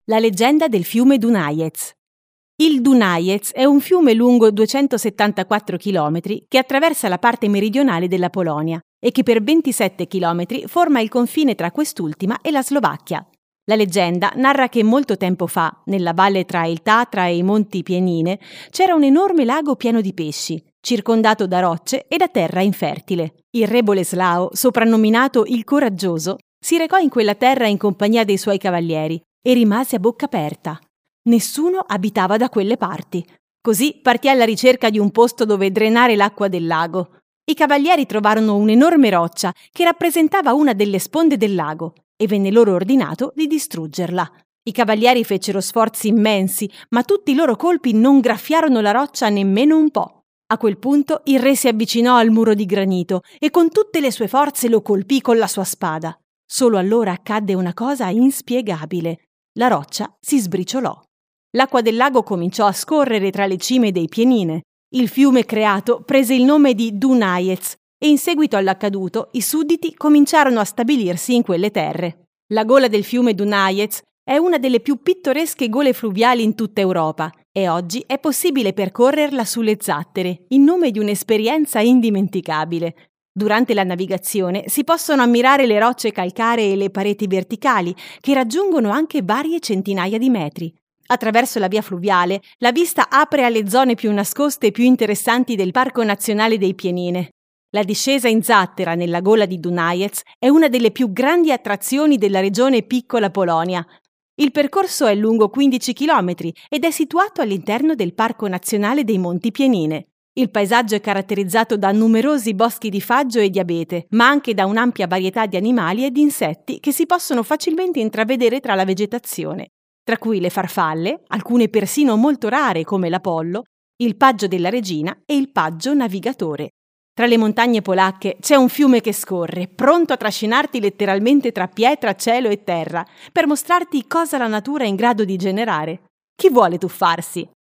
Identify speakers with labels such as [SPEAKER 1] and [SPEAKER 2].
[SPEAKER 1] La leggenda del fiume Dunajec. Il Dunajec è un fiume lungo 274 km che attraversa la parte meridionale della Polonia e che per 27 km forma il confine tra quest'ultima e la Slovacchia. La leggenda narra che molto tempo fa, nella valle tra il Tatra e i monti Pienine, c'era un enorme lago pieno di pesci, circondato da rocce e da terra infertile. Il re Boleslao, soprannominato il Coraggioso, si recò in quella terra in compagnia dei suoi cavalieri e rimase a bocca aperta. Nessuno abitava da quelle parti. Così partì alla ricerca di un posto dove drenare l'acqua del lago. I cavalieri trovarono un'enorme roccia che rappresentava una delle sponde del lago e venne loro ordinato di distruggerla. I cavalieri fecero sforzi immensi, ma tutti i loro colpi non graffiarono la roccia nemmeno un po'. A quel punto il re si avvicinò al muro di granito e con tutte le sue forze lo colpì con la sua spada. Solo allora accadde una cosa inspiegabile. La roccia si sbriciolò. L'acqua del lago cominciò a scorrere tra le cime dei Pienine. Il fiume creato prese il nome di Dunajec e in seguito all'accaduto i sudditi cominciarono a stabilirsi in quelle terre. La gola del fiume Dunajec è una delle più pittoresche gole fluviali in tutta Europa e oggi è possibile percorrerla sulle zattere in nome di un'esperienza indimenticabile. Durante la navigazione si possono ammirare le rocce calcaree e le pareti verticali che raggiungono anche varie centinaia di metri. Attraverso la via fluviale, la vista apre alle zone più nascoste e più interessanti del Parco Nazionale dei Pienine. La discesa in zattera nella gola di Dunajec è una delle più grandi attrazioni della regione Piccola Polonia. Il percorso è lungo 15 km ed è situato all'interno del Parco Nazionale dei Monti Pienine. Il paesaggio è caratterizzato da numerosi boschi di faggio e di abete, ma anche da un'ampia varietà di animali e di insetti che si possono facilmente intravedere tra la vegetazione, tra cui le farfalle, alcune persino molto rare come l'apollo, il paggio della regina e il paggio navigatore. Tra le montagne polacche c'è un fiume che scorre, pronto a trascinarti letteralmente tra pietra, cielo e terra, per mostrarti cosa la natura è in grado di generare. Chi vuole tuffarsi?